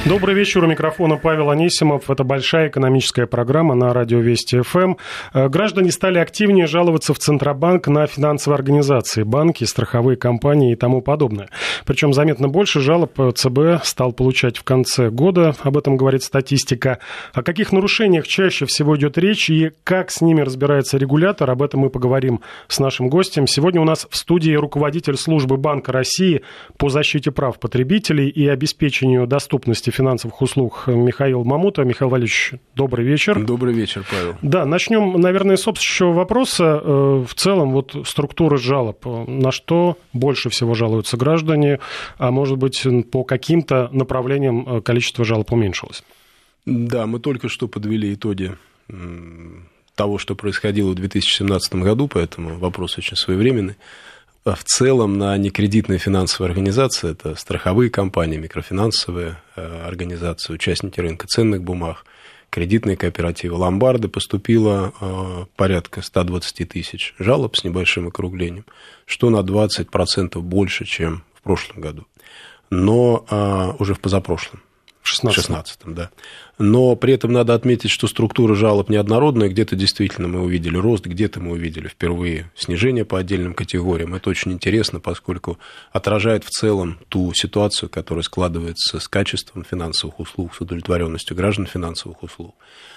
Добрый вечер. У микрофона Павел Анисимов. Это большая экономическая программа на радио Вести ФМ. Граждане стали активнее жаловаться в Центробанк на финансовые организации, банки, страховые компании и тому подобное. Причем заметно больше жалоб ЦБ стал получать в конце года. Об этом говорит статистика. О каких нарушениях чаще всего идет речь и как с ними разбирается регулятор, об этом мы поговорим с нашим гостем. Сегодня у нас в студии руководитель службы Банка России по защите прав потребителей и обеспечению доступности финансовых услуг Михаил Мамута. Михаил Валерьевич, добрый вечер. Добрый вечер, Павел. Да, начнем, наверное, с общего вопроса. В целом, вот структура жалоб. На что больше всего жалуются граждане? А может быть, по каким-то направлениям количество жалоб уменьшилось? Да, мы только что подвели итоги того, что происходило в 2017 году, поэтому вопрос очень своевременный. В целом на некредитные финансовые организации, это страховые компании, микрофинансовые организации, участники рынка ценных бумаг, кредитные кооперативы, ломбарды, поступило порядка 120 тысяч жалоб с небольшим округлением, что на 20% больше, чем в прошлом году, но уже в позапрошлом. В 16-м, да. Но при этом надо отметить, что структура жалоб неоднородная. Где-то действительно мы увидели рост, где-то мы увидели впервые снижение по отдельным категориям. Это очень интересно, поскольку отражает в целом ту ситуацию, которая складывается с качеством финансовых услуг, с удовлетворенностью граждан финансовых услуг.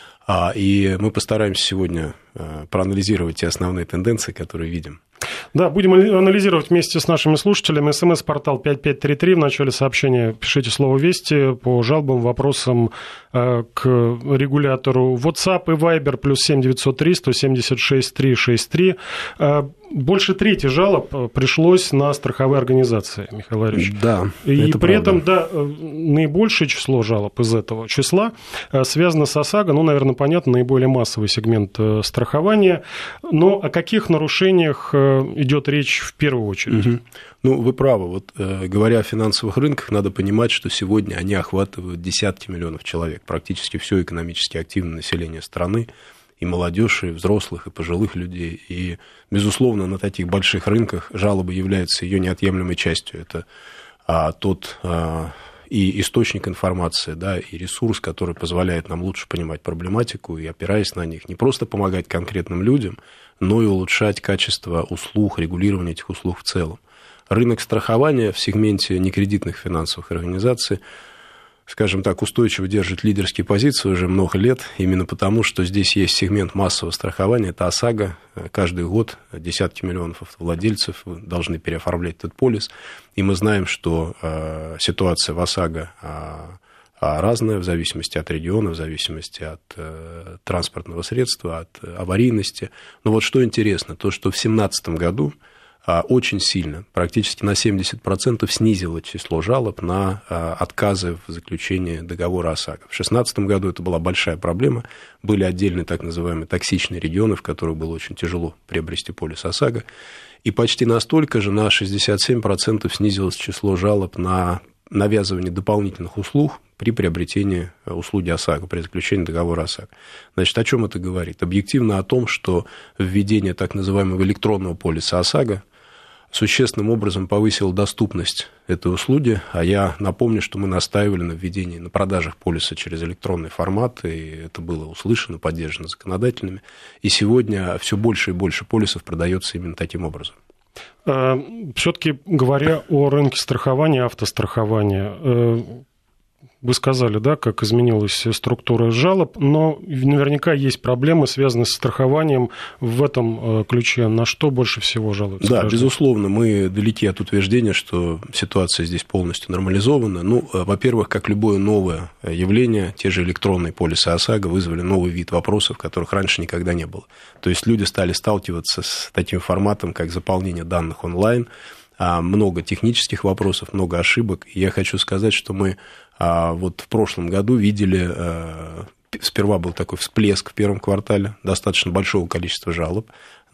И мы постараемся сегодня проанализировать те основные тенденции, которые видим. Да, будем анализировать вместе с нашими слушателями. СМС-портал 5533. В начале сообщения пишите слово «Вести» по жалобам, вопросам к регулятору. WhatsApp и Viber +7 903 176 363. Больше трети жалоб пришлось на страховые организации, Михаил Валерьевич. Да, и при этом, да, наибольшее число жалоб из этого числа связано с ОСАГО. Ну, наверное, понятно, наиболее массовый сегмент страхования. Но о каких нарушениях идет речь в первую очередь? Угу. Ну, вы правы. Вот, говоря о финансовых рынках, надо понимать, что сегодня они охватывают десятки миллионов человек, практически все экономически активное население страны, и молодежь, и взрослых, и пожилых людей. И, безусловно, на таких больших рынках жалобы являются ее неотъемлемой частью. Это тот и источник информации, да, и ресурс, который позволяет нам лучше понимать проблематику и, опираясь на них, не просто помогать конкретным людям, но и улучшать качество услуг, регулирование этих услуг в целом. Рынок страхования в сегменте некредитных финансовых организаций, скажем так, устойчиво держит лидерские позиции уже много лет, именно потому, что здесь есть сегмент массового страхования, это ОСАГО. Каждый год десятки миллионов автовладельцев должны переоформлять этот полис, и мы знаем, что ситуация в ОСАГО разная в зависимости от региона, в зависимости от транспортного средства, от аварийности. Но вот что интересно, то, что в 2017 году очень сильно, практически на 70% снизило число жалоб на отказы в заключении договора ОСАГО. В 2016 году это была большая проблема. Были отдельные так называемые токсичные регионы, в которых было очень тяжело приобрести полис ОСАГО. И почти настолько же, на 67% снизилось число жалоб на навязывание дополнительных услуг при приобретении услуги ОСАГО, при заключении договора ОСАГО. Значит, о чем это говорит? Объективно о том, что введение так называемого электронного полиса ОСАГО существенным образом повысило доступность этой услуги, а я напомню, что мы настаивали на введении, на продажах полиса через электронный формат, и это было услышано, поддержано законодателями, и сегодня все больше и больше полисов продается именно таким образом. Все-таки говоря о рынке страхования, автострахования, вы сказали, да, как изменилась структура жалоб, но наверняка есть проблемы, связанные с страхованием в этом ключе. На что больше всего жалуются? Да, граждане? Безусловно, мы далеки от утверждения, что ситуация здесь полностью нормализована. Ну, во-первых, как любое новое явление, те же электронные полисы ОСАГО вызвали новый вид вопросов, которых раньше никогда не было. То есть люди стали сталкиваться с таким форматом, как заполнение данных онлайн, много технических вопросов, много ошибок. И я хочу сказать, что мы вот в прошлом году видели, сперва был такой всплеск в первом квартале, достаточно большого количества жалоб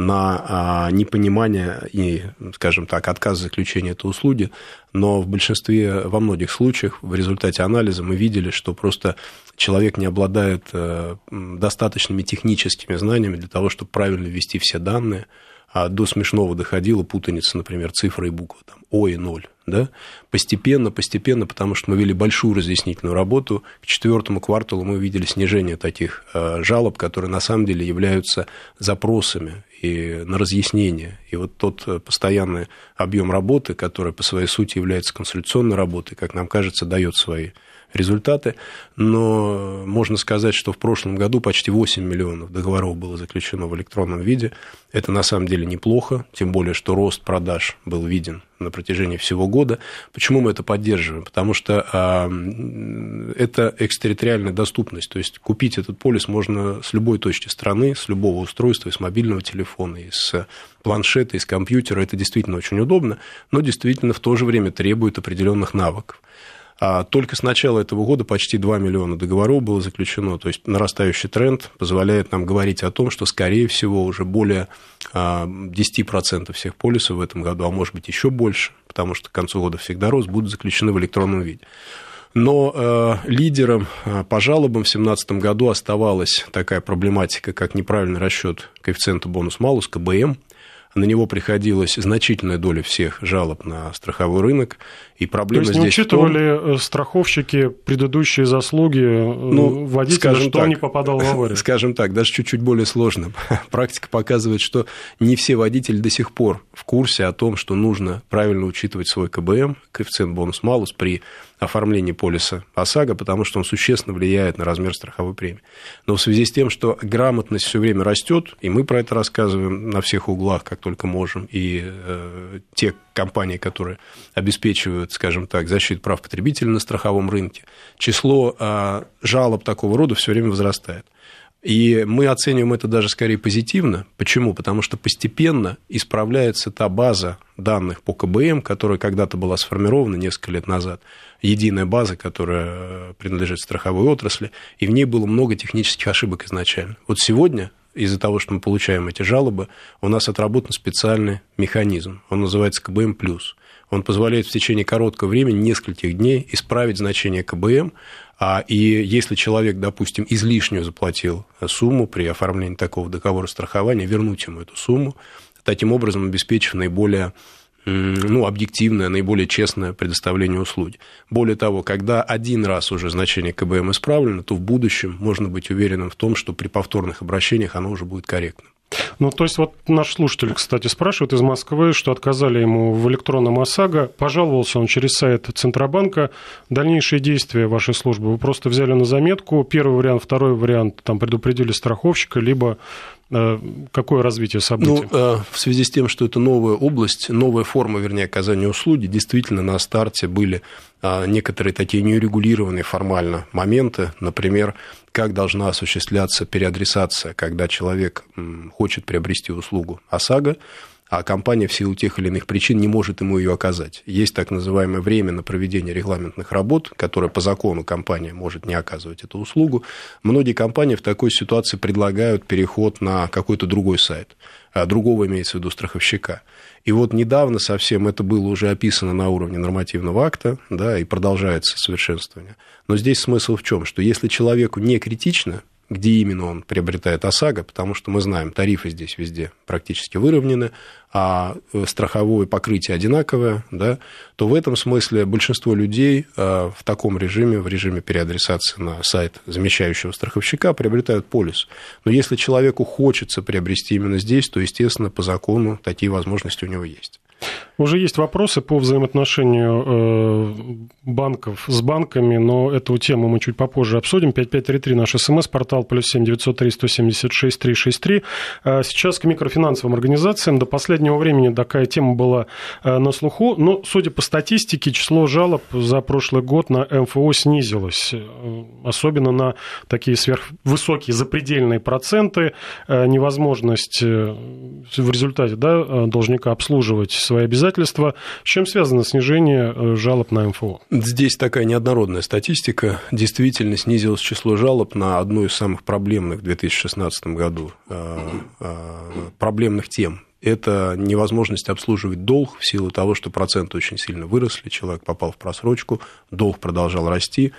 на непонимание и, скажем так, отказ в заключении этой услуги, но в большинстве, во многих случаях в результате анализа мы видели, что просто человек не обладает достаточными техническими знаниями для того, чтобы правильно ввести все данные, а до смешного доходило путаница, например, цифры и буквы, там, О и 0. Да? Постепенно, потому что мы вели большую разъяснительную работу, к 4-му кварталу мы увидели снижение таких жалоб, которые на самом деле являются запросами и на разъяснение. И вот тот постоянный объем работы, который по своей сути является консультационной работой, как нам кажется, дает свои результаты, но можно сказать, что в прошлом году почти 8 миллионов договоров было заключено в электронном виде. Это на самом деле неплохо, тем более, что рост продаж был виден на протяжении всего года. Почему мы это поддерживаем? Потому что это экстерриториальная доступность, то есть купить этот полис можно с любой точки страны, с любого устройства, из мобильного телефона, из планшета, из компьютера. Это действительно очень удобно, но действительно в то же время требует определенных навыков. Только с начала этого года почти 2 миллиона договоров было заключено, то есть нарастающий тренд позволяет нам говорить о том, что, скорее всего, уже более 10% всех полисов в этом году, а может быть еще больше, потому что к концу года всегда рост, будут заключены в электронном виде. Но лидером по жалобам в 2017 году оставалась такая проблематика, как неправильный расчет коэффициента бонус-малус, КБМ. На него приходилась значительная доля всех жалоб на страховой рынок. И проблема здесь. То есть не учитывали страховщики предыдущие заслуги водителя, что он не попадал в аварию? Скажем так, даже чуть-чуть более сложно. Практика показывает, что не все водители до сих пор в курсе о том, что нужно правильно учитывать свой КБМ, коэффициент бонус-малус, при оформлении полиса ОСАГО, потому что он существенно влияет на размер страховой премии. Но в связи с тем, что грамотность все время растет, и мы про это рассказываем на всех углах, как только можем, и те компании, которые обеспечивают, скажем так, защиту прав потребителей на страховом рынке, число жалоб такого рода все время возрастает. И мы оцениваем это даже скорее позитивно. Почему? Потому что постепенно исправляется та база данных по КБМ, которая когда-то была сформирована несколько лет назад, единая база, которая принадлежит страховой отрасли, и в ней было много технических ошибок изначально. Вот сегодня, из-за того, что мы получаем эти жалобы, у нас отработан специальный механизм, он называется КБМ+. Он позволяет в течение короткого времени, нескольких дней, исправить значение КБМ, и если человек, допустим, излишнюю заплатил сумму при оформлении такого договора страхования, вернуть ему эту сумму, таким образом обеспечив наиболее объективное, наиболее честное предоставление услуги. Более того, когда один раз уже значение КБМ исправлено, то в будущем можно быть уверенным в том, что при повторных обращениях оно уже будет корректным. То есть вот наш слушатель, кстати, спрашивает из Москвы, что отказали ему в электронном ОСАГО, пожаловался он через сайт Центробанка. Дальнейшие действия вашей службы вы просто взяли на заметку, первый вариант, второй вариант, там предупредили страховщика, либо какое развитие событий? В связи с тем, что это новая область, новая форма, оказания услуги, действительно на старте были некоторые такие неурегулированные формально моменты, например, как должна осуществляться переадресация, когда человек хочет приобрести услугу ОСАГО, а компания в силу тех или иных причин не может ему ее оказать. Есть так называемое время на проведение регламентных работ, которое по закону компания может не оказывать эту услугу. Многие компании в такой ситуации предлагают переход на какой-то другой сайт, другого имеется в виду страховщика. И вот недавно совсем это было уже описано на уровне нормативного акта, да, и продолжается совершенствование. Но здесь смысл в чем? Что если человеку не критично, где именно он приобретает ОСАГО, потому что мы знаем, тарифы здесь везде практически выровнены, а страховое покрытие одинаковое, да, то в этом смысле большинство людей в таком режиме, в режиме переадресации на сайт замещающего страховщика, приобретают полис. Но если человеку хочется приобрести именно здесь, то, естественно, по закону такие возможности у него есть. Уже есть вопросы по взаимоотношению банков с банками, но эту тему мы чуть попозже обсудим. 5533 наш СМС-портал, +7 903 176 363. Сейчас к микрофинансовым организациям. До последнего времени такая тема была на слуху, но, судя по статистике, число жалоб за прошлый год на МФО снизилось. Особенно на такие сверхвысокие запредельные проценты, невозможность в результате должника обслуживать свои обязательства. С чем связано снижение жалоб на МФО? Здесь такая неоднородная статистика. Действительно, снизилось число жалоб на одну из самых проблемных в 2016 году проблемных тем. Это невозможность обслуживать долг в силу того, что проценты очень сильно выросли, человек попал в просрочку, долг продолжал расти.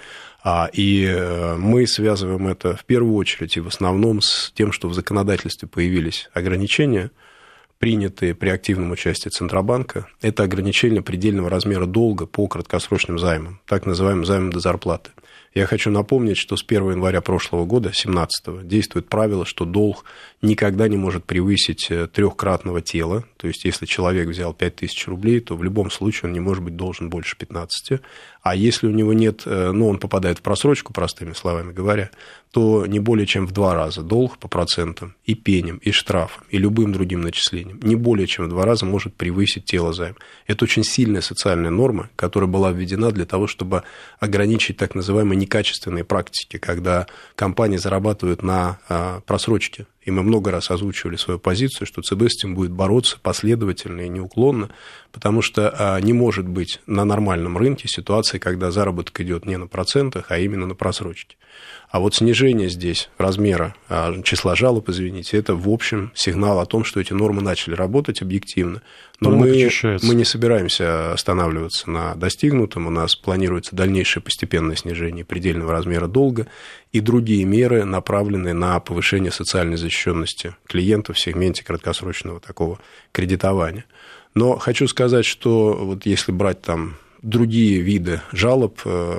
И мы связываем это в первую очередь и в основном с тем, что в законодательстве появились ограничения принятые при активном участии Центробанка, это ограничение предельного размера долга по краткосрочным займам, так называемым займам до зарплаты. Я хочу напомнить, что с 1 января прошлого года, 2017, действует правило, что долг никогда не может превысить трехкратного тела. То есть, если человек взял 5000 рублей, то в любом случае он не может быть должен больше 15. А если у него нет, он попадает в просрочку, простыми словами говоря, то не более чем в 2 раза долг по процентам и пеням, и штрафам, и любым другим начислениям, не более чем в 2 раза может превысить тело займа. Это очень сильная социальная норма, которая была введена для того, чтобы ограничить так называемые некачественные практики, когда компании зарабатывают на просрочке. И мы много раз озвучивали свою позицию, что ЦБ с этим будет бороться последовательно и неуклонно, потому что не может быть на нормальном рынке ситуации, когда заработок идет не на процентах, а именно на просрочке. А вот снижение здесь размера числа жалоб, извините, это, в общем, сигнал о том, что эти нормы начали работать объективно. Но мы не собираемся останавливаться на достигнутом. У нас планируется дальнейшее постепенное снижение предельного размера долга и другие меры, направленные на повышение социальной защищенности клиентов в сегменте краткосрочного такого кредитования. Но хочу сказать, что вот если брать там другие виды жалоб,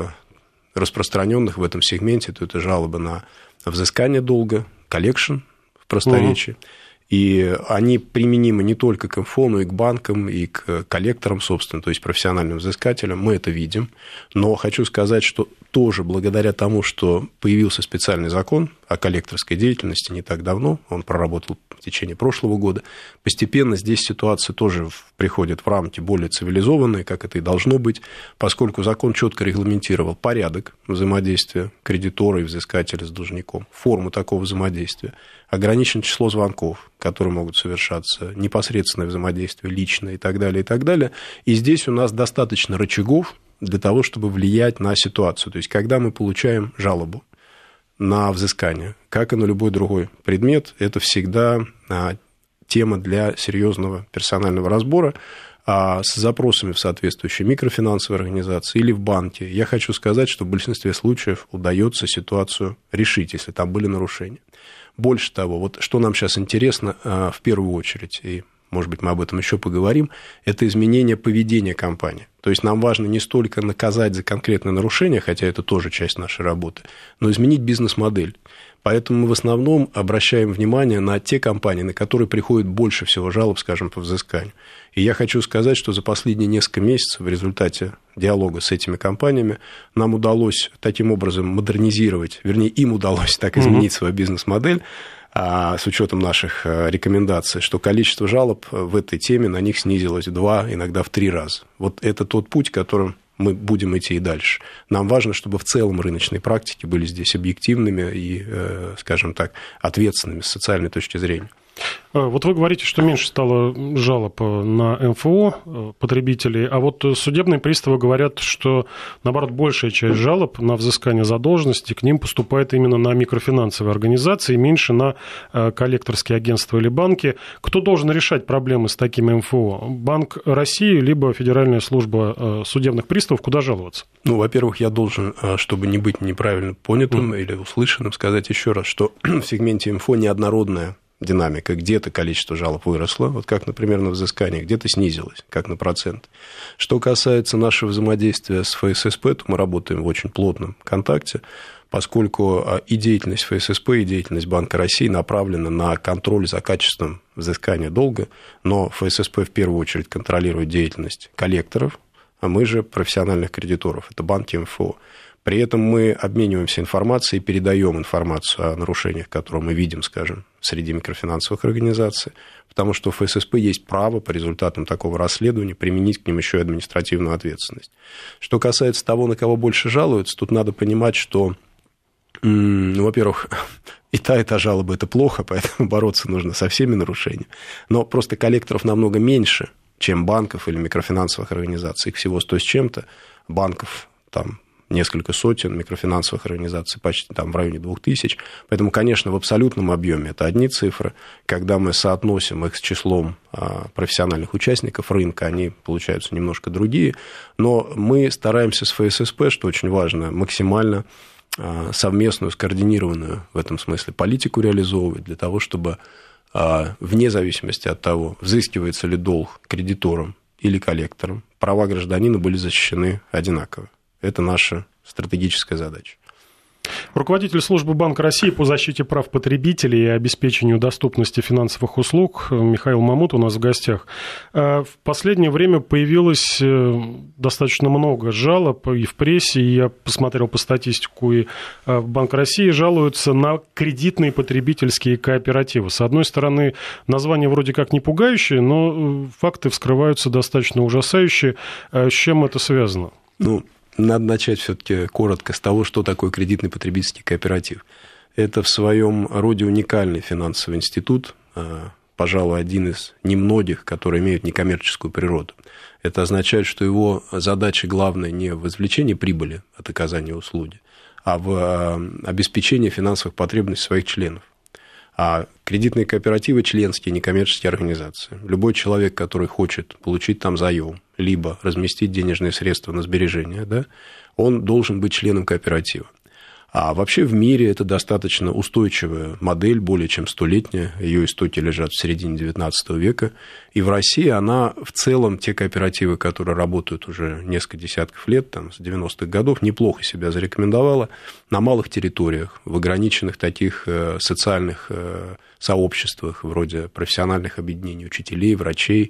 распространенных в этом сегменте, то это жалобы на взыскание долга, коллекшн в просторечии. И они применимы не только к МФО, но и к банкам, и к коллекторам, собственно, то есть профессиональным взыскателям. Мы это видим. Но хочу сказать, что тоже благодаря тому, что появился специальный закон о коллекторской деятельности не так давно, он проработал в течение прошлого года, постепенно здесь ситуация тоже приходит в рамки более цивилизованные, как это и должно быть, поскольку закон четко регламентировал порядок взаимодействия кредитора и взыскателя с должником, форму такого взаимодействия, ограничено число звонков, которые могут совершаться, непосредственное взаимодействие личное и так далее, и так далее. И здесь у нас достаточно рычагов для того, чтобы влиять на ситуацию. То есть, когда мы получаем жалобу на взыскание, как и на любой другой предмет, это всегда тема для серьезного персонального разбора с запросами в соответствующие микрофинансовые организации или в банке. Я хочу сказать, что в большинстве случаев удается ситуацию решить, если там были нарушения. Больше того, вот что нам сейчас интересно в первую очередь, и, может быть, мы об этом еще поговорим, это изменение поведения компании. То есть нам важно не столько наказать за конкретное нарушение, хотя это тоже часть нашей работы, но изменить бизнес-модель. Поэтому мы в основном обращаем внимание на те компании, на которые приходит больше всего жалоб, скажем, по взысканию. И я хочу сказать, что за последние несколько месяцев в результате диалога с этими компаниями нам удалось таким образом модернизировать, вернее, им удалось так изменить свою бизнес-модель, с учетом наших рекомендаций, что количество жалоб в этой теме на них снизилось в 2, иногда в 3 раза. Вот это тот путь, которым мы будем идти и дальше. Нам важно, чтобы в целом рыночные практики были здесь объективными и, скажем так, ответственными с социальной точки зрения. Вот вы говорите, что меньше стало жалоб на МФО потребителей, а вот судебные приставы говорят, что, наоборот, большая часть жалоб на взыскание задолженности к ним поступает именно на микрофинансовые организации, меньше на коллекторские агентства или банки. Кто должен решать проблемы с такими МФО? Банк России, либо Федеральная служба судебных приставов? Куда жаловаться? Ну, во-первых, я должен, чтобы не быть неправильно понятым или услышанным, сказать еще раз, что в сегменте МФО неоднородная динамика. Где-то количество жалоб выросло, вот как, например, на взыскание, где-то снизилось, как на процент. Что касается нашего взаимодействия с ФССП, то мы работаем в очень плотном контакте, поскольку и деятельность ФССП, и деятельность Банка России направлена на контроль за качеством взыскания долга, но ФССП в первую очередь контролирует деятельность коллекторов, а мы же профессиональных кредиторов, это банки МФО. При этом мы обмениваемся информацией и передаем информацию о нарушениях, которые мы видим, скажем, среди микрофинансовых организаций, потому что у ФССП есть право по результатам такого расследования применить к ним еще и административную ответственность. Что касается того, на кого больше жалуются, тут надо понимать, что, во-первых, и та жалоба – это плохо, поэтому бороться нужно со всеми нарушениями, но просто коллекторов намного меньше, чем банков или микрофинансовых организаций, их всего 100 с чем-то, банков там несколько сотен, микрофинансовых организаций почти там в районе 2000. Поэтому, конечно, в абсолютном объеме это одни цифры. Когда мы соотносим их с числом профессиональных участников рынка, они получаются немножко другие. Но мы стараемся с ФССП, что очень важно, максимально совместную, скоординированную в этом смысле политику реализовывать для того, чтобы вне зависимости от того, взыскивается ли долг кредитором или коллектором, права гражданина были защищены одинаково. Это наша стратегическая задача. Руководитель службы Банка России по защите прав потребителей и обеспечению доступности финансовых услуг Михаил Мамут у нас в гостях. В последнее время появилось достаточно много жалоб и в прессе, и я посмотрел по статистику, и в Банк России жалуются на кредитные потребительские кооперативы. С одной стороны, название вроде как не пугающее, но факты вскрываются достаточно ужасающие. С чем это связано? Надо начать все-таки коротко с того, что такое кредитный потребительский кооператив. Это в своем роде уникальный финансовый институт, пожалуй, один из немногих, которые имеют некоммерческую природу. Это означает, что его задача главная не в извлечении прибыли от оказания услуги, а в обеспечении финансовых потребностей своих членов. А кредитные кооперативы – членские некоммерческие организации. Любой человек, который хочет получить там заем, либо разместить денежные средства на сбережения, да, он должен быть членом кооператива. А вообще в мире это достаточно устойчивая модель, более чем 100-летняя. Ее истоки лежат в середине XIX века. И в России она в целом, те кооперативы, которые работают уже несколько десятков лет, там, с 90-х годов, неплохо себя зарекомендовала на малых территориях, в ограниченных таких социальных сообществах, вроде профессиональных объединений учителей, врачей.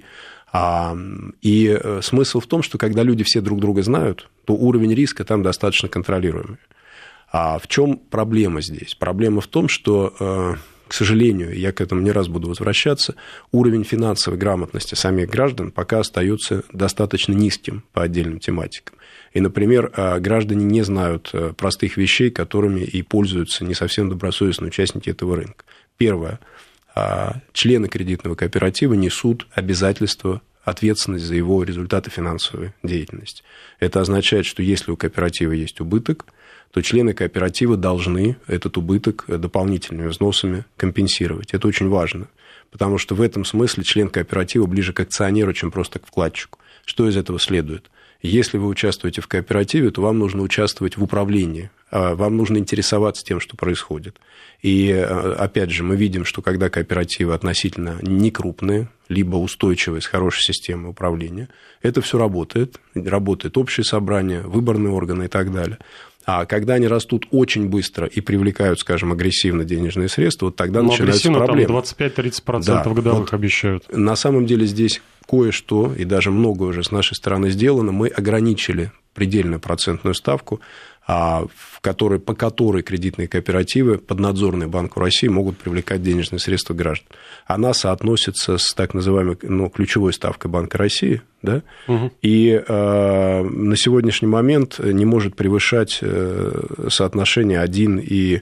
И смысл в том, что когда люди все друг друга знают, то уровень риска там достаточно контролируемый. А в чем проблема здесь? Проблема в том, что, к сожалению, я к этому не раз буду возвращаться, уровень финансовой грамотности самих граждан пока остается достаточно низким по отдельным тематикам. И, например, граждане не знают простых вещей, которыми и пользуются не совсем добросовестные участники этого рынка. Первое. Члены кредитного кооператива несут обязательства, ответственность за его результаты финансовой деятельности. Это означает, что если у кооператива есть убыток, то члены кооператива должны этот убыток дополнительными взносами компенсировать. Это очень важно, потому что в этом смысле член кооператива ближе к акционеру, чем просто к вкладчику. Что из этого следует? Если вы участвуете в кооперативе, то вам нужно участвовать в управлении, вам нужно интересоваться тем, что происходит. И, опять же, мы видим, что когда кооперативы относительно некрупные, либо устойчивые, с хорошей системой управления, это все работает. Работает общее собрание, выборные органы и так далее. А когда они растут очень быстро и привлекают, скажем, агрессивно денежные средства, вот тогда начинаются проблемы. 25-30% годовых обещают. На самом деле здесь кое-что, и даже многое уже с нашей стороны сделано. Мы ограничили предельную процентную ставку, по которой кредитные кооперативы, поднадзорные Банку России, могут привлекать денежные средства граждан. Она соотносится с так называемой ключевой ставкой Банка России, да? И на сегодняшний момент не может превышать соотношение 1 и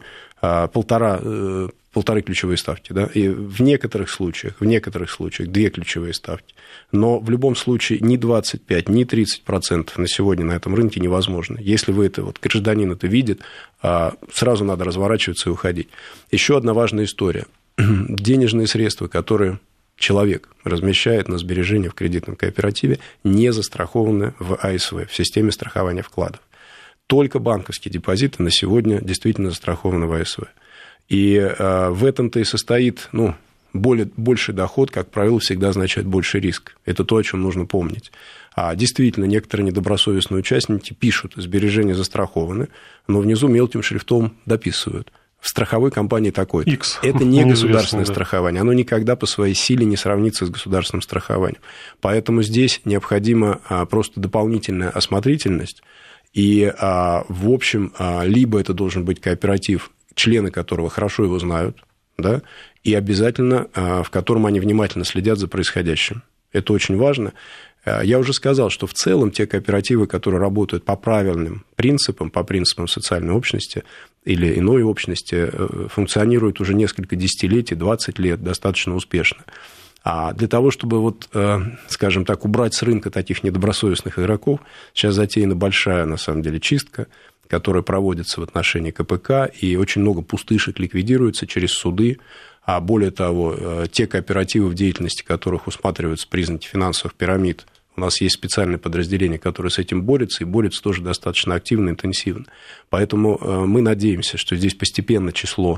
1,5 ключевые ставки, да, и в некоторых случаях 2 ключевые ставки. Но в любом случае ни 25, ни 30% на сегодня на этом рынке невозможно. Если вы это, гражданин это видит, сразу надо разворачиваться и уходить. Еще одна важная история. Денежные средства, которые человек размещает на сбережения в кредитном кооперативе, не застрахованы в АСВ, в системе страхования вкладов. Только банковские депозиты на сегодня действительно застрахованы в АСВ. И в этом-то и состоит, больший доход, как правило, всегда означает больший риск. Это то, о чем нужно помнить. Действительно, некоторые недобросовестные участники пишут, сбережения застрахованы, но внизу мелким шрифтом дописывают. В страховой компании такой-то. X. Это не государственное страхование. Оно никогда по своей силе не сравнится с государственным страхованием. Поэтому здесь необходима просто дополнительная осмотрительность. И, в общем, либо это должен быть кооператив, члены которого хорошо его знают, да, и обязательно в котором они внимательно следят за происходящим. Это очень важно. Я уже сказал, что в целом те кооперативы, которые работают по правильным принципам, по принципам социальной общности или иной общности, функционируют уже несколько десятилетий, 20 лет достаточно успешно. А для того, чтобы, скажем так, убрать с рынка таких недобросовестных игроков, сейчас затеяна большая, на самом деле, чистка, которая проводится в отношении КПК, и очень много пустышек ликвидируется через суды. А более того, те кооперативы, в деятельности которых усматриваются признаки финансовых пирамид, у нас есть специальное подразделение, которое с этим борется, и борется тоже достаточно активно и интенсивно. Поэтому мы надеемся, что здесь постепенно число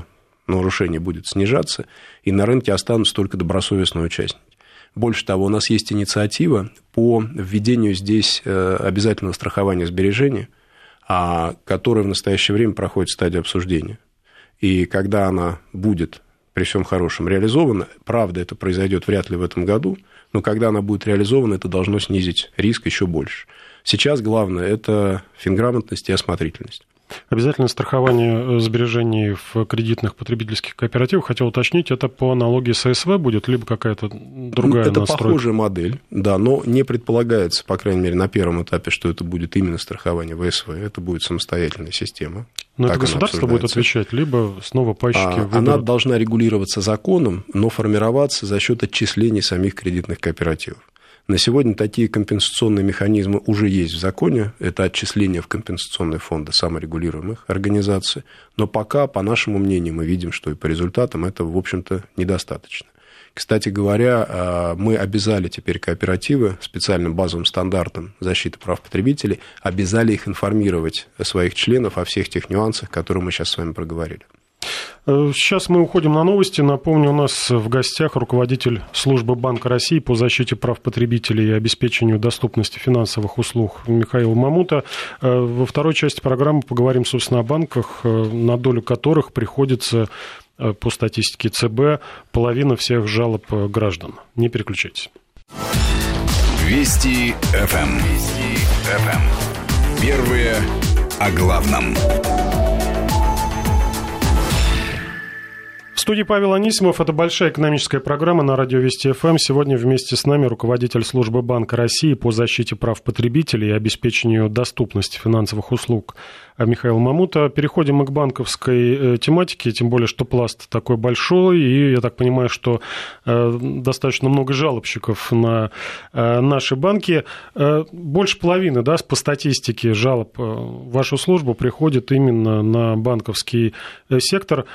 нарушений будет снижаться, и на рынке останутся только добросовестные участники. Больше того, у нас есть инициатива по введению здесь обязательного страхования сбережений, которая в настоящее время проходит стадию обсуждения. И когда она будет при всем хорошем реализована, правда, это произойдет вряд ли в этом году, но когда она будет реализована, это должно снизить риск еще больше. Сейчас главное – это финграмотность и осмотрительность. Обязательно страхование сбережений в кредитных потребительских кооперативах. Хотел уточнить, это по аналогии с АСВ будет, либо какая-то другая настройка? Это похожая модель, да, но не предполагается, по крайней мере, на первом этапе, что это будет именно страхование в АСВ. Это будет самостоятельная система. Но это государство будет отвечать, либо снова пайщики выберут? Она должна регулироваться законом, но формироваться за счет отчислений самих кредитных кооперативов. На сегодня такие компенсационные механизмы уже есть в законе. Это отчисления в компенсационные фонды саморегулируемых организаций. Но пока, по нашему мнению, мы видим, что и по результатам этого, в общем-то, недостаточно. Кстати говоря, мы обязали теперь кооперативы специальным базовым стандартом защиты прав потребителей, обязали их информировать своих членов о всех тех нюансах, которые мы сейчас с вами проговорили. Сейчас мы уходим на новости. Напомню, у нас в гостях руководитель службы Банка России по защите прав потребителей и обеспечению доступности финансовых услуг Михаил Мамута. Во второй части программы поговорим, собственно, о банках, на долю которых приходится, по статистике ЦБ, половина всех жалоб граждан. Не переключайтесь. Вести ФМ. Первые о главном. В студии Павел Анисимов. Это большая экономическая программа на радио Вести ФМ. Сегодня вместе с нами руководитель службы Банка России по защите прав потребителей и обеспечению доступности финансовых услуг Михаил Мамута. Переходим мы к банковской тематике, тем более, что пласт такой большой, и я так понимаю, что достаточно много жалобщиков на наши банки. Больше половины, да, по статистике жалоб в вашу службу приходит именно на банковский сектор.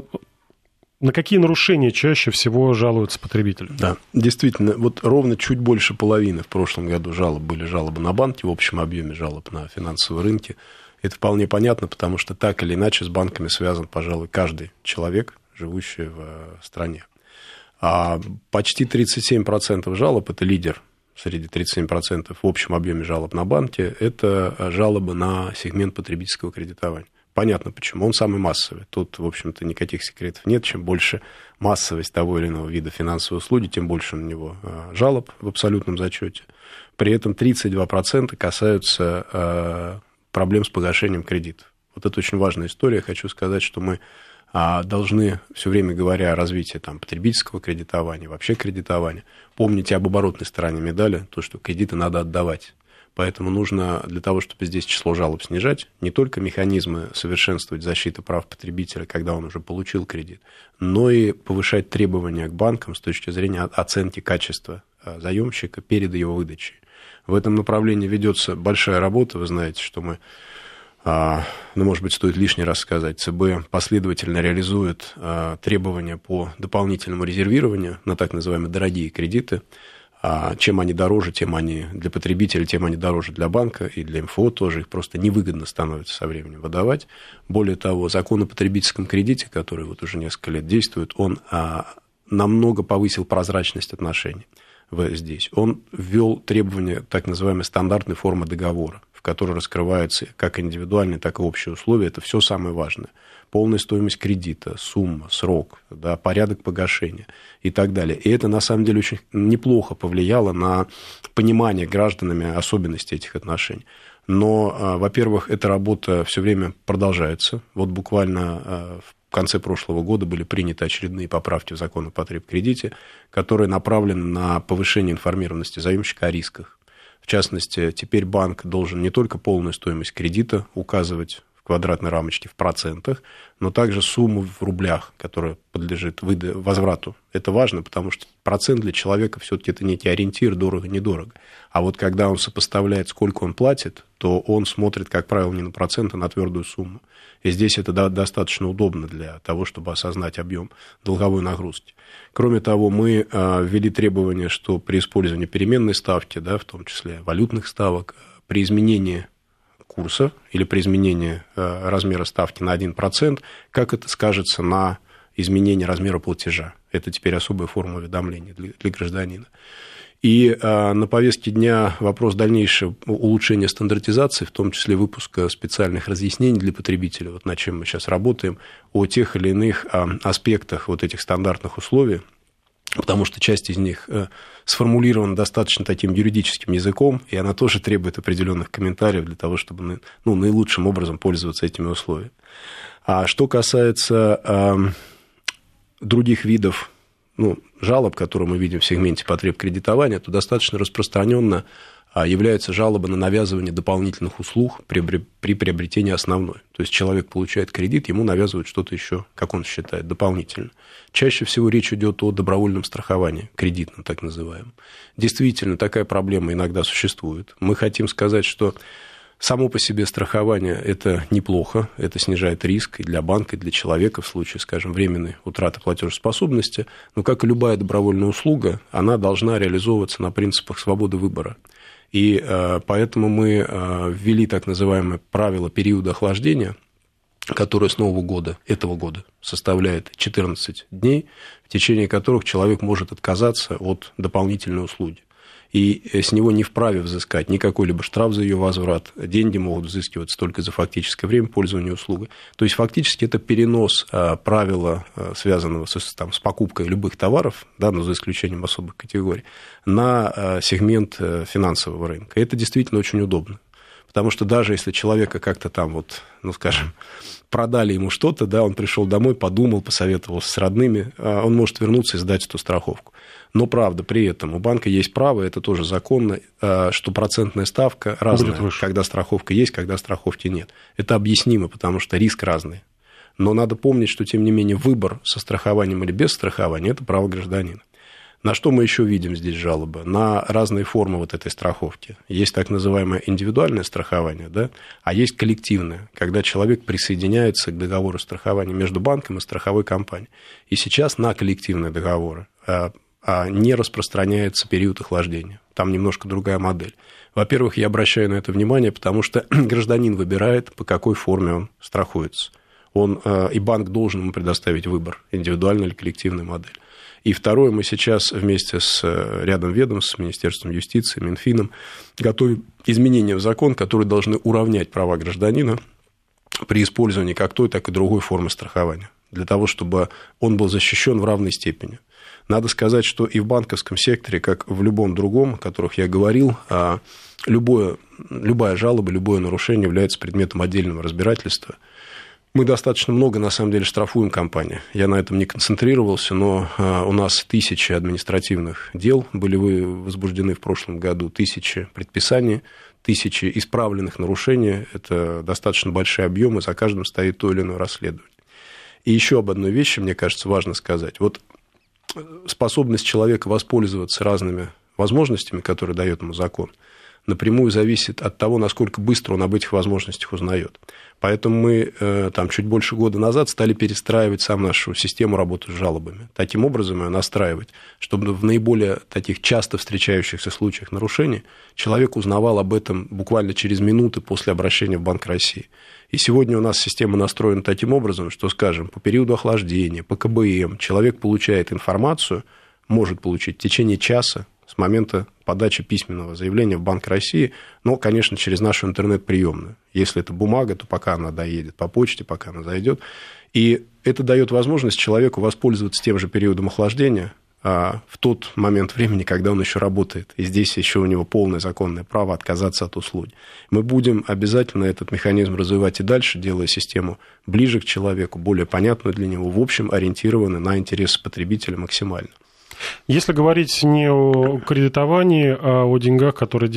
На какие нарушения чаще всего жалуются потребители? Да, действительно, вот ровно чуть больше половины в прошлом году были жалобы на банки, в общем объеме жалоб на финансовые рынки. Это вполне понятно, потому что так или иначе с банками связан, пожалуй, каждый человек, живущий в стране. А почти 37% жалоб, это лидер среди 37% в общем объеме жалоб на банки, это жалобы на сегмент потребительского кредитования. Понятно, почему. Он самый массовый. Тут, в общем-то, никаких секретов нет. Чем больше массовость того или иного вида финансовой услуги, тем больше на него жалоб в абсолютном зачете. При этом 32% касаются проблем с погашением кредитов. Вот это очень важная история. Хочу сказать, что мы должны, все время говоря о развитии потребительского кредитования, вообще кредитования, помнить и об оборотной стороне медали, то, что кредиты надо отдавать. Поэтому нужно для того, чтобы здесь число жалоб снижать, не только механизмы совершенствовать защиту прав потребителя, когда он уже получил кредит, но и повышать требования к банкам с точки зрения оценки качества заемщика перед его выдачей. В этом направлении ведется большая работа. Вы знаете, что мы, может быть, стоит лишний раз сказать, ЦБ последовательно реализует требования по дополнительному резервированию на так называемые дорогие кредиты. Чем они дороже, тем они для потребителя, тем они дороже для банка и для МФО тоже. Их просто невыгодно становится со временем выдавать. Более того, закон о потребительском кредите, который вот уже несколько лет действует, он намного повысил прозрачность отношений здесь. Он ввел требования так называемой стандартной формы договора, в которой раскрываются как индивидуальные, так и общие условия. Это все самое важное. Полная стоимость кредита, сумма, срок, да, порядок погашения и так далее. И это, на самом деле, очень неплохо повлияло на понимание гражданами особенностей этих отношений. Но, во-первых, эта работа все время продолжается. Вот буквально в конце прошлого года были приняты очередные поправки в закон о потребкредите, которые направлены на повышение информированности заемщика о рисках. В частности, теперь банк должен не только полную стоимость кредита указывать квадратной рамочке в процентах, но также сумму в рублях, которая подлежит возврату. Это важно, потому что процент для человека все-таки это некий ориентир, дорого-недорого. А вот когда он сопоставляет, сколько он платит, то он смотрит, как правило, не на процент, а на твердую сумму. И здесь это достаточно удобно для того, чтобы осознать объем долговой нагрузки. Кроме того, мы ввели требование, что при использовании переменной ставки, да, в том числе валютных ставок, при изменении курса или при изменении размера ставки на 1%, как это скажется на изменение размера платежа. Это теперь особая форма уведомления для гражданина. И на повестке дня вопрос дальнейшего улучшения стандартизации, в том числе выпуска специальных разъяснений для потребителя, вот над чем мы сейчас работаем, о тех или иных аспектах вот этих стандартных условий, потому что часть из них сформулирована достаточно таким юридическим языком, и она тоже требует определенных комментариев для того, чтобы наилучшим образом пользоваться этими условиями. А что касается других видов жалоб, которые мы видим в сегменте потреб кредитования, то достаточно распространенно являются жалобы на навязывание дополнительных услуг при приобретении основной. То есть человек получает кредит, ему навязывают что-то еще, как он считает, дополнительно. Чаще всего речь идет о добровольном страховании, кредитном так называемом. Действительно, такая проблема иногда существует. Мы хотим сказать, что само по себе страхование – это неплохо, это снижает риск и для банка, и для человека в случае, скажем, временной утраты платежеспособности, но, как и любая добровольная услуга, она должна реализовываться на принципах свободы выбора. И поэтому мы ввели так называемое правило периода охлаждения, которое с нового года, этого года, составляет 14 дней, в течение которых человек может отказаться от дополнительной услуги. И с него не вправе взыскать ни какой-либо штраф за ее возврат, деньги могут взыскиваться только за фактическое время пользования услугой. То есть фактически это перенос правила, связанного с покупкой любых товаров, да, но за исключением особых категорий, на сегмент финансового рынка. И это действительно очень удобно. Потому что даже если человека как-то там, продали ему что-то, да, он пришел домой, подумал, посоветовался с родными, он может вернуться и сдать эту страховку. Но, правда, при этом у банка есть право, это тоже законно, что процентная ставка разная, когда страховка есть, когда страховки нет. Это объяснимо, потому что риск разный. Но надо помнить, что, тем не менее, выбор со страхованием или без страхования – это право гражданина. На что мы еще видим здесь жалобы? На разные формы вот этой страховки. Есть так называемое индивидуальное страхование, да? А есть коллективное, когда человек присоединяется к договору страхования между банком и страховой компанией. И сейчас на коллективные договоры не распространяется период охлаждения. Там немножко другая модель. Во-первых, я обращаю на это внимание, потому что гражданин выбирает, по какой форме он страхуется. И банк должен ему предоставить выбор, индивидуальная или коллективная модель. И второе, мы сейчас вместе с рядом ведомств, с Министерством юстиции, Минфином, готовим изменения в закон, которые должны уравнять права гражданина при использовании как той, так и другой формы страхования, для того, чтобы он был защищен в равной степени. Надо сказать, что и в банковском секторе, как в любом другом, о которых я говорил, любая жалоба, любое нарушение является предметом отдельного разбирательства. Мы достаточно много, на самом деле, штрафуем компании. Я на этом не концентрировался, но у нас 1000 административных дел были возбуждены в прошлом году, 1000 предписаний, 1000 исправленных нарушений. Это достаточно большие объемы, за каждым стоит то или иное расследование. И еще об одной вещи, мне кажется, важно сказать. Вот способность человека воспользоваться разными возможностями, которые дает ему закон, напрямую зависит от того, насколько быстро он об этих возможностях узнает. Поэтому мы чуть больше года назад стали перестраивать сам нашу систему работы с жалобами. Таким образом ее настраивать, чтобы в наиболее таких часто встречающихся случаях нарушений человек узнавал об этом буквально через минуты после обращения в Банк России. И сегодня у нас система настроена таким образом, что, скажем, по периоду охлаждения, по КБМ человек получает информацию, может получить в течение часа с момента подачи письменного заявления в Банк России, но, конечно, через нашу интернет-приемную. Если это бумага, то пока она доедет по почте, пока она зайдет. И это дает возможность человеку воспользоваться тем же периодом охлаждения в тот момент времени, когда он еще работает. И здесь еще у него полное законное право отказаться от услуги. Мы будем обязательно этот механизм развивать и дальше, делая систему ближе к человеку, более понятную для него, в общем, ориентированную на интересы потребителя максимально. Если говорить не о кредитовании, а о деньгах, которые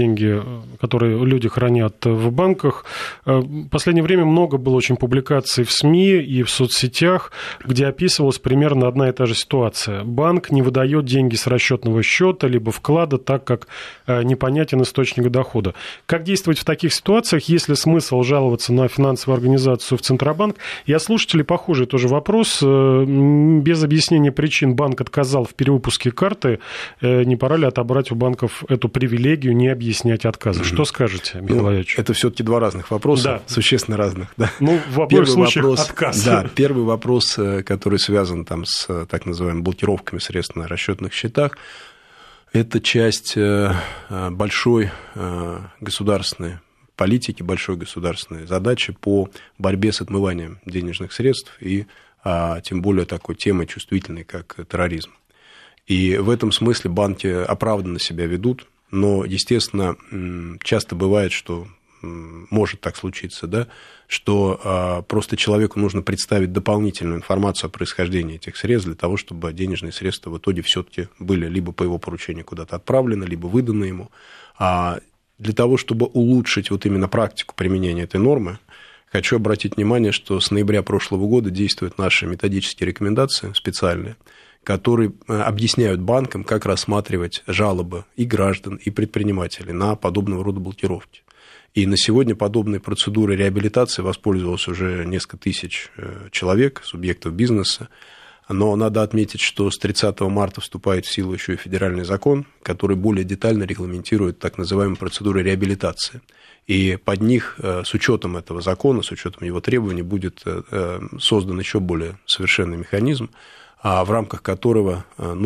люди хранят в банках, в последнее время много было очень публикаций в СМИ и в соцсетях, где описывалась примерно одна и та же ситуация. Банк не выдает деньги с расчетного счета либо вклада, так как непонятен источник дохода. Как действовать в таких ситуациях, есть ли смысл жаловаться на финансовую организацию в Центробанк? И от слушателей похожий тоже вопрос. Без объяснения причин банк отказал в перевыпуске выпуске карты, не пора ли отобрать у банков эту привилегию не объяснять отказы? Что скажете, Михаил Валерьевич? Это все-таки два разных вопроса, существенно разных. Да. В обоих случаях отказ. Да, первый вопрос, который связан там с так называемыми блокировками средств на расчетных счетах, это часть большой государственной политики, большой государственной задачи по борьбе с отмыванием денежных средств и тем более такой темой чувствительной, как терроризм. И в этом смысле банки оправданно себя ведут, но, естественно, часто бывает, что может так случиться, да, что просто человеку нужно представить дополнительную информацию о происхождении этих средств для того, чтобы денежные средства в итоге все-таки были либо по его поручению куда-то отправлены, либо выданы ему. Для того, чтобы улучшить вот именно практику применения этой нормы, хочу обратить внимание, что с ноября прошлого года действуют наши методические рекомендации специальные, которые объясняют банкам, как рассматривать жалобы и граждан, и предпринимателей на подобного рода блокировки. И на сегодня подобной процедурой реабилитации воспользовалось уже несколько тысяч человек, субъектов бизнеса. Но надо отметить, что с 30 марта вступает в силу еще и федеральный закон, который более детально регламентирует так называемые процедуры реабилитации. И под них, с учетом этого закона, с учетом его требований, будет создан еще более совершенный механизм, в рамках которого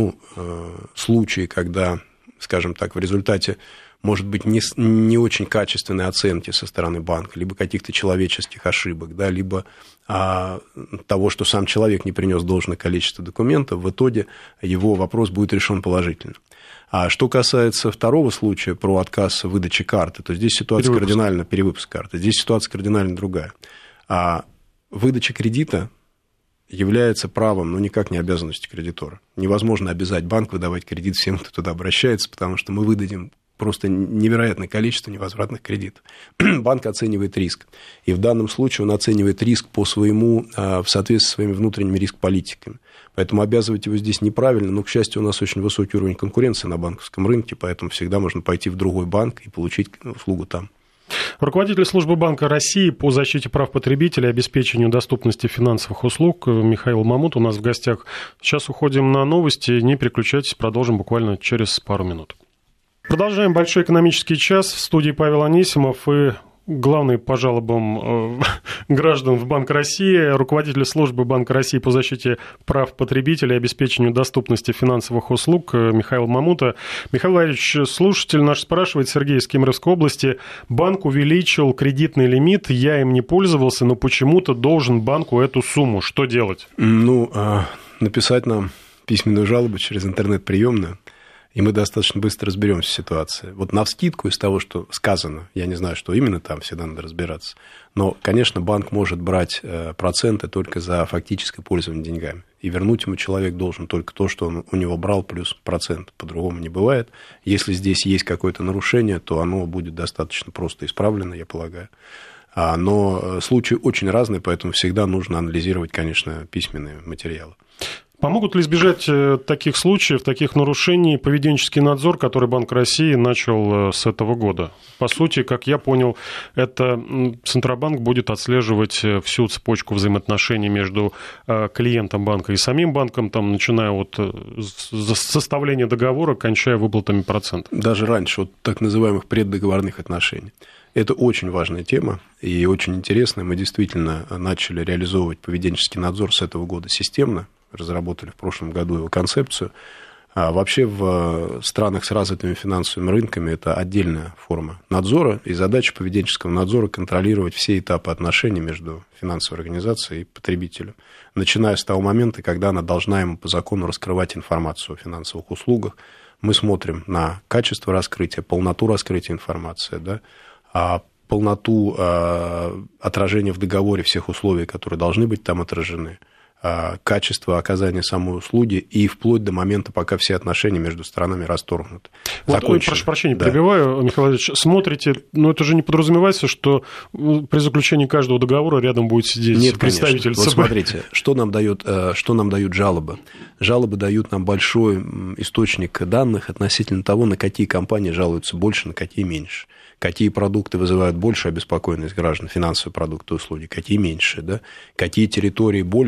случаи, когда, скажем так, в результате может быть, не очень качественной оценки со стороны банка, либо каких-то человеческих ошибок, да, либо того, что сам человек не принес должное количество документов, в итоге его вопрос будет решен положительно. А что касается второго случая про отказ в выдаче карты, то здесь ситуация кардинально, перевыпуск карты, здесь ситуация кардинально другая. Выдача кредита является правом, но никак не обязанностью кредитора. Невозможно обязать банк выдавать кредит всем, кто туда обращается, потому что мы выдадим просто невероятное количество невозвратных кредитов. Банк оценивает риск. И в данном случае он оценивает риск по своему, в соответствии с своими внутренними риск-политиками. Поэтому обязывать его здесь неправильно. Но, к счастью, у нас очень высокий уровень конкуренции на банковском рынке, поэтому всегда можно пойти в другой банк и получить услугу там. Руководитель службы Банка России по защите прав потребителей и обеспечению доступности финансовых услуг Михаил Мамут у нас в гостях. Сейчас уходим на новости. Не переключайтесь, продолжим буквально через пару минут. Продолжаем большой экономический час. В студии Павел Анисимов и главный по жалобам граждан в Банк России, руководитель службы Банка России по защите прав потребителей и обеспечению доступности финансовых услуг Михаил Мамута. Михаил Валерьевич, слушатель наш спрашивает, Сергей из Кемеровской области, банк увеличил кредитный лимит, я им не пользовался, но почему-то должен банку эту сумму. Что делать? Написать нам письменную жалобу через интернет-приемную, и мы достаточно быстро разберемся в ситуации. Вот навскидку из того, что сказано, я не знаю, что именно там, всегда надо разбираться, но, конечно, банк может брать проценты только за фактическое пользование деньгами. И вернуть ему человек должен только то, что он у него брал, плюс процент. По-другому не бывает. Если здесь есть какое-то нарушение, то оно будет достаточно просто исправлено, я полагаю. Но случаи очень разные, поэтому всегда нужно анализировать, конечно, письменные материалы. Помогут ли избежать таких случаев, таких нарушений поведенческий надзор, который Банк России начал с этого года? По сути, как я понял, это Центробанк будет отслеживать всю цепочку взаимоотношений между клиентом банка и самим банком, там, начиная от составления договора, кончая выплатами процентов. Даже раньше, от так называемых преддоговорных отношений. Это очень важная тема и очень интересная. Мы действительно начали реализовывать поведенческий надзор с этого года системно. Разработали в прошлом году его концепцию. Вообще в странах с развитыми финансовыми рынками это отдельная форма надзора, и задача поведенческого надзора контролировать все этапы отношений между финансовой организацией и потребителем, начиная с того момента, когда она должна ему по закону раскрывать информацию о финансовых услугах. Мы смотрим на качество раскрытия, полноту раскрытия информации, да, полноту отражения в договоре всех условий, которые должны быть там отражены, качество оказания самой услуги и вплоть до момента, пока все отношения между сторонами расторгнуты. Прошу прощения, перебиваю, Михаил Ильич, смотрите, но это же не подразумевается, что при заключении каждого договора рядом будет сидеть представитель ЦБ. Вот смотрите, что нам дают жалобы? Жалобы дают нам большой источник данных относительно того, на какие компании жалуются больше, на какие меньше. Какие продукты вызывают большую обеспокоенность граждан, финансовые продукты, услуги, какие меньше, да? Какие территории более, может быть,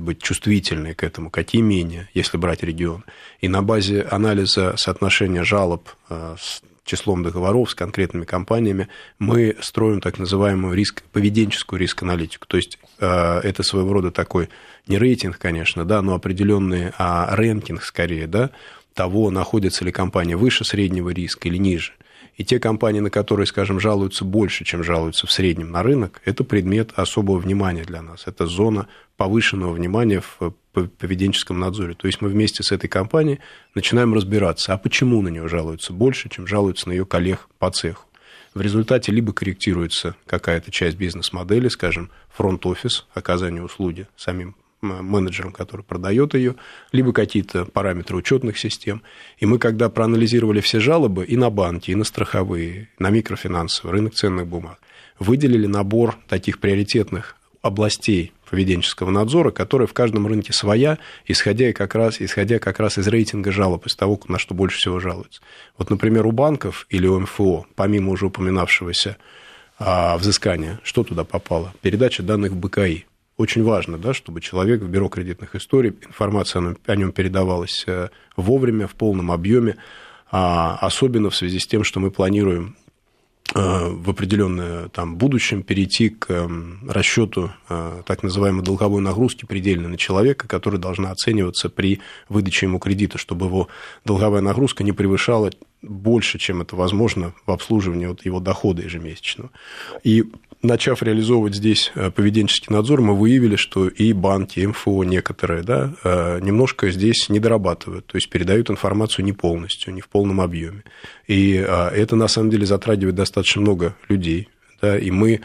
быть чувствительные к этому, какие менее, если брать регион. И на базе анализа соотношения жалоб с числом договоров, с конкретными компаниями, мы строим так называемую поведенческую риск-аналитику. То есть это своего рода такой, не рейтинг, конечно, да, но определенный рэнкинг скорее, да, того, находится ли компания выше среднего риска или ниже. И те компании, на которые, скажем, жалуются больше, чем жалуются в среднем на рынок, это предмет особого внимания для нас. Это зона повышенного внимания в поведенческом надзоре. То есть мы вместе с этой компанией начинаем разбираться, а почему на нее жалуются больше, чем жалуются на ее коллег по цеху. В результате либо корректируется какая-то часть бизнес-модели, скажем, фронт-офис, оказание услуги самим менеджером, который продает ее, либо какие-то параметры учетных систем. И мы, когда проанализировали все жалобы и на банки, и на страховые, на микрофинансовый рынок ценных бумаг, выделили набор таких приоритетных областей поведенческого надзора, которая в каждом рынке своя, исходя как раз из рейтинга жалоб, из того, на что больше всего жалуются. Вот, например, у банков или у МФО, помимо уже упоминавшегося взыскания, что туда попало? Передача данных в БКИ. Очень важно, да, чтобы человек в бюро кредитных историй, информация о нем передавалась вовремя, в полном объеме, особенно в связи с тем, что мы планируем в определенное будущем перейти к расчету так называемой долговой нагрузки предельной на человека, которая должна оцениваться при выдаче ему кредита, чтобы его долговая нагрузка не превышала больше, чем это возможно в обслуживании его дохода ежемесячного. И начав реализовывать здесь поведенческий надзор, мы выявили, что и банки, и МФО некоторые, да, немножко здесь не дорабатывают, то есть передают информацию не полностью, не в полном объеме. И это, на самом деле, затрагивает достаточно много людей, да, и мы,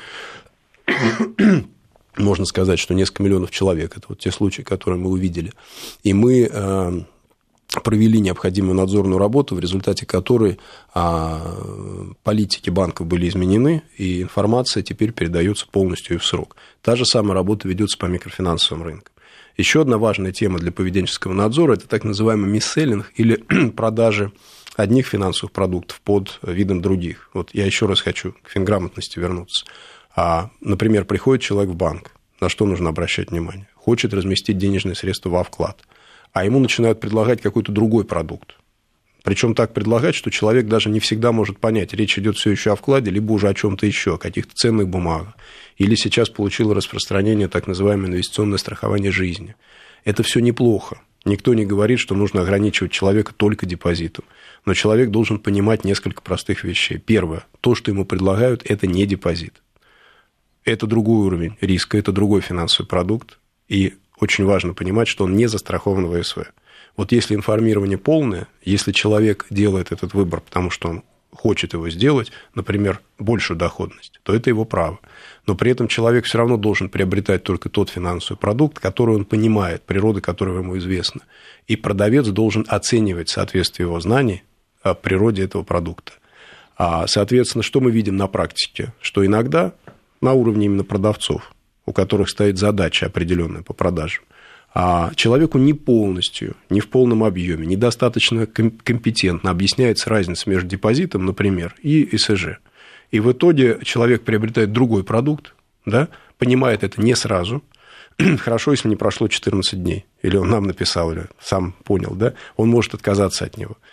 можно сказать, что несколько миллионов человек, это вот те случаи, которые мы увидели, и мы провели необходимую надзорную работу, в результате которой политики банков были изменены, и информация теперь передается полностью и в срок. Та же самая работа ведется по микрофинансовым рынкам. Еще одна важная тема для поведенческого надзора – это так называемый мисселлинг или продажи одних финансовых продуктов под видом других. Вот я еще раз хочу к финграмотности вернуться. Например, приходит человек в банк, на что нужно обращать внимание? Хочет разместить денежные средства во вклад, а ему начинают предлагать какой-то другой продукт. Причем так предлагать, что человек даже не всегда может понять, речь идет все еще о вкладе, либо уже о чем-то еще, о каких-то ценных бумагах. Или сейчас получило распространение так называемое инвестиционное страхование жизни. Это все неплохо. Никто не говорит, что нужно ограничивать человека только депозитом. Но человек должен понимать несколько простых вещей. Первое. То, что ему предлагают, это не депозит. Это другой уровень риска, это другой финансовый продукт. И очень важно понимать, что он не застрахован в ВСВ. Вот если информирование полное, если человек делает этот выбор, потому что он хочет его сделать, например, большую доходность, то это его право. Но при этом человек все равно должен приобретать только тот финансовый продукт, который он понимает, природа которого ему известна. И продавец должен оценивать соответствие его знаний природе этого продукта. Соответственно, что мы видим на практике? Что иногда на уровне именно продавцов, у которых стоит задача определенная по продажам, а человеку не полностью, не в полном объеме, недостаточно компетентно объясняется разница между депозитом, например, и СЖ. И в итоге человек приобретает другой продукт, да, понимает это не сразу. Хорошо, если не прошло 14 дней, или он нам написал, или сам понял, да, он может отказаться от него.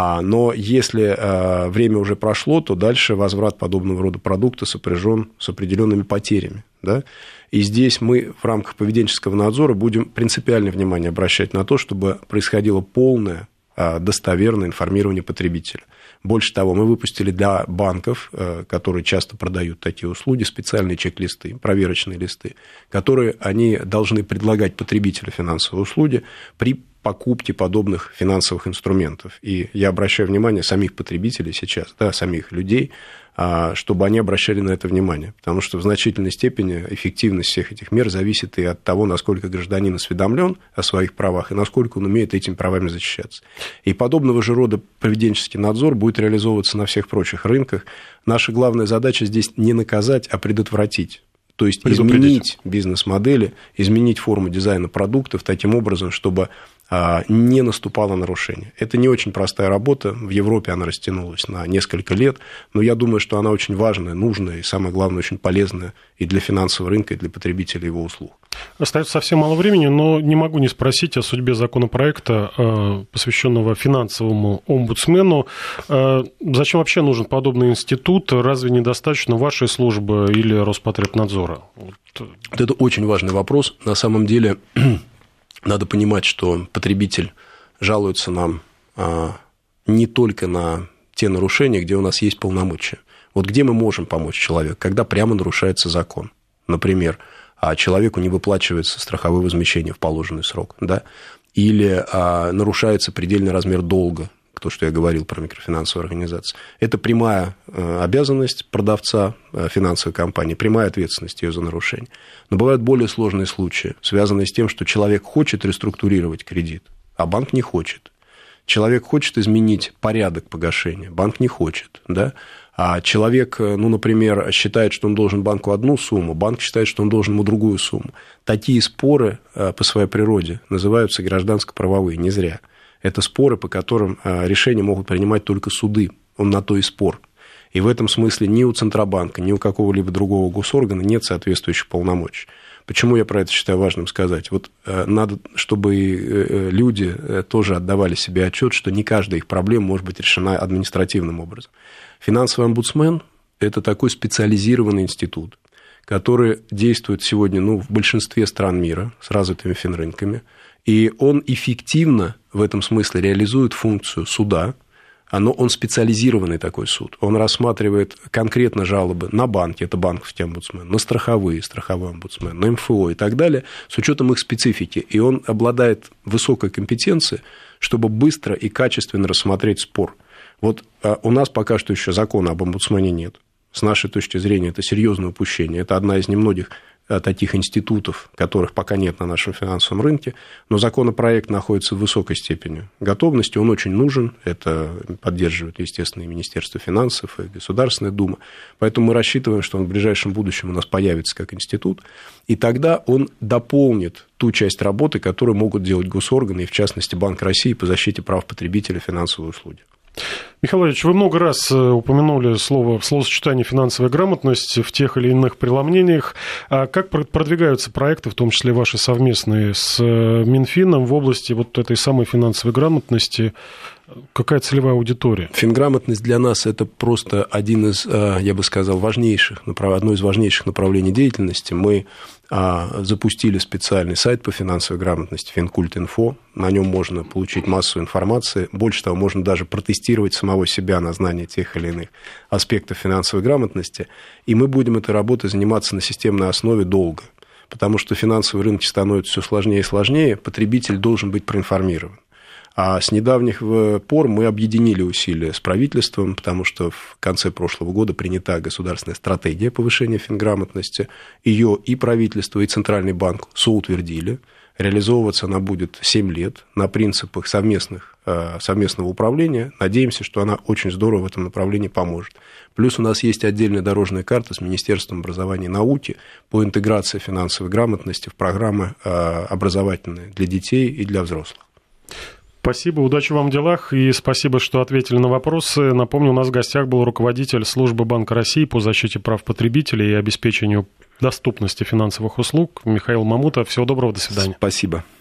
Но если время уже прошло, то дальше возврат подобного рода продукта сопряжен с определенными потерями. Да? И здесь мы в рамках поведенческого надзора будем принципиальное внимание обращать на то, чтобы происходило полное, достоверное информирование потребителя. Больше того, мы выпустили для банков, которые часто продают такие услуги, специальные чек-листы, проверочные листы, которые они должны предлагать потребителю финансовой услуги при покупке подобных финансовых инструментов. И я обращаю внимание самих потребителей сейчас, да, самих людей, чтобы они обращали на это внимание. Потому что в значительной степени эффективность всех этих мер зависит и от того, насколько гражданин осведомлен о своих правах и насколько он умеет этими правами защищаться. И подобного же рода поведенческий надзор будет реализовываться на всех прочих рынках. Наша главная задача здесь не наказать, а предотвратить. То есть изменить бизнес-модели, изменить форму дизайна продуктов таким образом, чтобы не наступало нарушение. Это не очень простая работа. В Европе она растянулась на несколько лет, но я думаю, что она очень важная, нужная и, самое главное, очень полезная и для финансового рынка, и для потребителей его услуг. Остается совсем мало времени, но не могу не спросить о судьбе законопроекта, посвященного финансовому омбудсмену. Зачем вообще нужен подобный институт? Разве недостаточно вашей службы или Роспотребнадзора? Это очень важный вопрос. На самом деле надо понимать, что потребитель жалуется нам не только на те нарушения, где у нас есть полномочия. Вот где мы можем помочь человеку, когда прямо нарушается закон. Например, человеку не выплачивается страховое возмещение в положенный срок, да? Или нарушается предельный размер долга, то, что я говорил про микрофинансовые организации. Это прямая обязанность продавца финансовой компании, прямая ответственность ее за нарушение. Но бывают более сложные случаи, связанные с тем, что человек хочет реструктурировать кредит, а банк не хочет. Человек хочет изменить порядок погашения, банк не хочет, да? А человек, например, считает, что он должен банку одну сумму, банк считает, что он должен ему другую сумму. Такие споры по своей природе называются гражданско-правовые, не зря. Это споры, по которым решения могут принимать только суды, он на то и спор. И в этом смысле ни у Центробанка, ни у какого-либо другого госоргана нет соответствующих полномочий. Почему я про это считаю важным сказать? Вот надо, чтобы люди тоже отдавали себе отчет, что не каждая их проблема может быть решена административным образом. Финансовый омбудсмен – это такой специализированный институт, который действует сегодня в большинстве стран мира с развитыми финрынками, и он эффективно в этом смысле реализует функцию суда. Он специализированный такой суд. Он рассматривает конкретно жалобы на банки, это банковский омбудсмен, на страховой омбудсмен, на МФО и так далее, с учетом их специфики. И он обладает высокой компетенцией, чтобы быстро и качественно рассмотреть спор. Вот у нас пока что еще закона об омбудсмене нет. С нашей точки зрения, это серьезное упущение. Это одна из немногих таких институтов, которых пока нет на нашем финансовом рынке, но законопроект находится в высокой степени готовности, он очень нужен, это поддерживает, естественно, и Министерство финансов, и Государственная Дума, поэтому мы рассчитываем, что он в ближайшем будущем у нас появится как институт, и тогда он дополнит ту часть работы, которую могут делать госорганы, и в частности Банк России по защите прав потребителя финансовой услуги. Михаил Владимирович, вы много раз упомянули словосочетание «финансовая грамотность» в тех или иных преломнениях. А как продвигаются проекты, в том числе ваши совместные, с Минфином в области вот этой самой финансовой грамотности? Какая целевая аудитория? Финграмотность для нас – это просто одно из важнейших направлений деятельности. Мы запустили специальный сайт по финансовой грамотности «Финкульт.Инфо». На нем можно получить массу информации. Больше того, можно даже протестировать самого себя на знание тех или иных аспектов финансовой грамотности. И мы будем этой работой заниматься на системной основе долго. Потому что финансовые рынки становятся все сложнее и сложнее, потребитель должен быть проинформирован. А с недавних пор мы объединили усилия с правительством, потому что в конце прошлого года принята государственная стратегия повышения финграмотности. Ее и правительство, и Центральный банк соутвердили. Реализовываться она будет 7 лет на принципах совместного управления. Надеемся, что она очень здорово в этом направлении поможет. Плюс у нас есть отдельная дорожная карта с Министерством образования и науки по интеграции финансовой грамотности в программы образовательные для детей и для взрослых. Спасибо, удачи вам в делах и спасибо, что ответили на вопросы. Напомню, у нас в гостях был руководитель службы Банка России по защите прав потребителей и обеспечению доступности финансовых услуг Михаил Мамутов. Всего доброго, до свидания. Спасибо.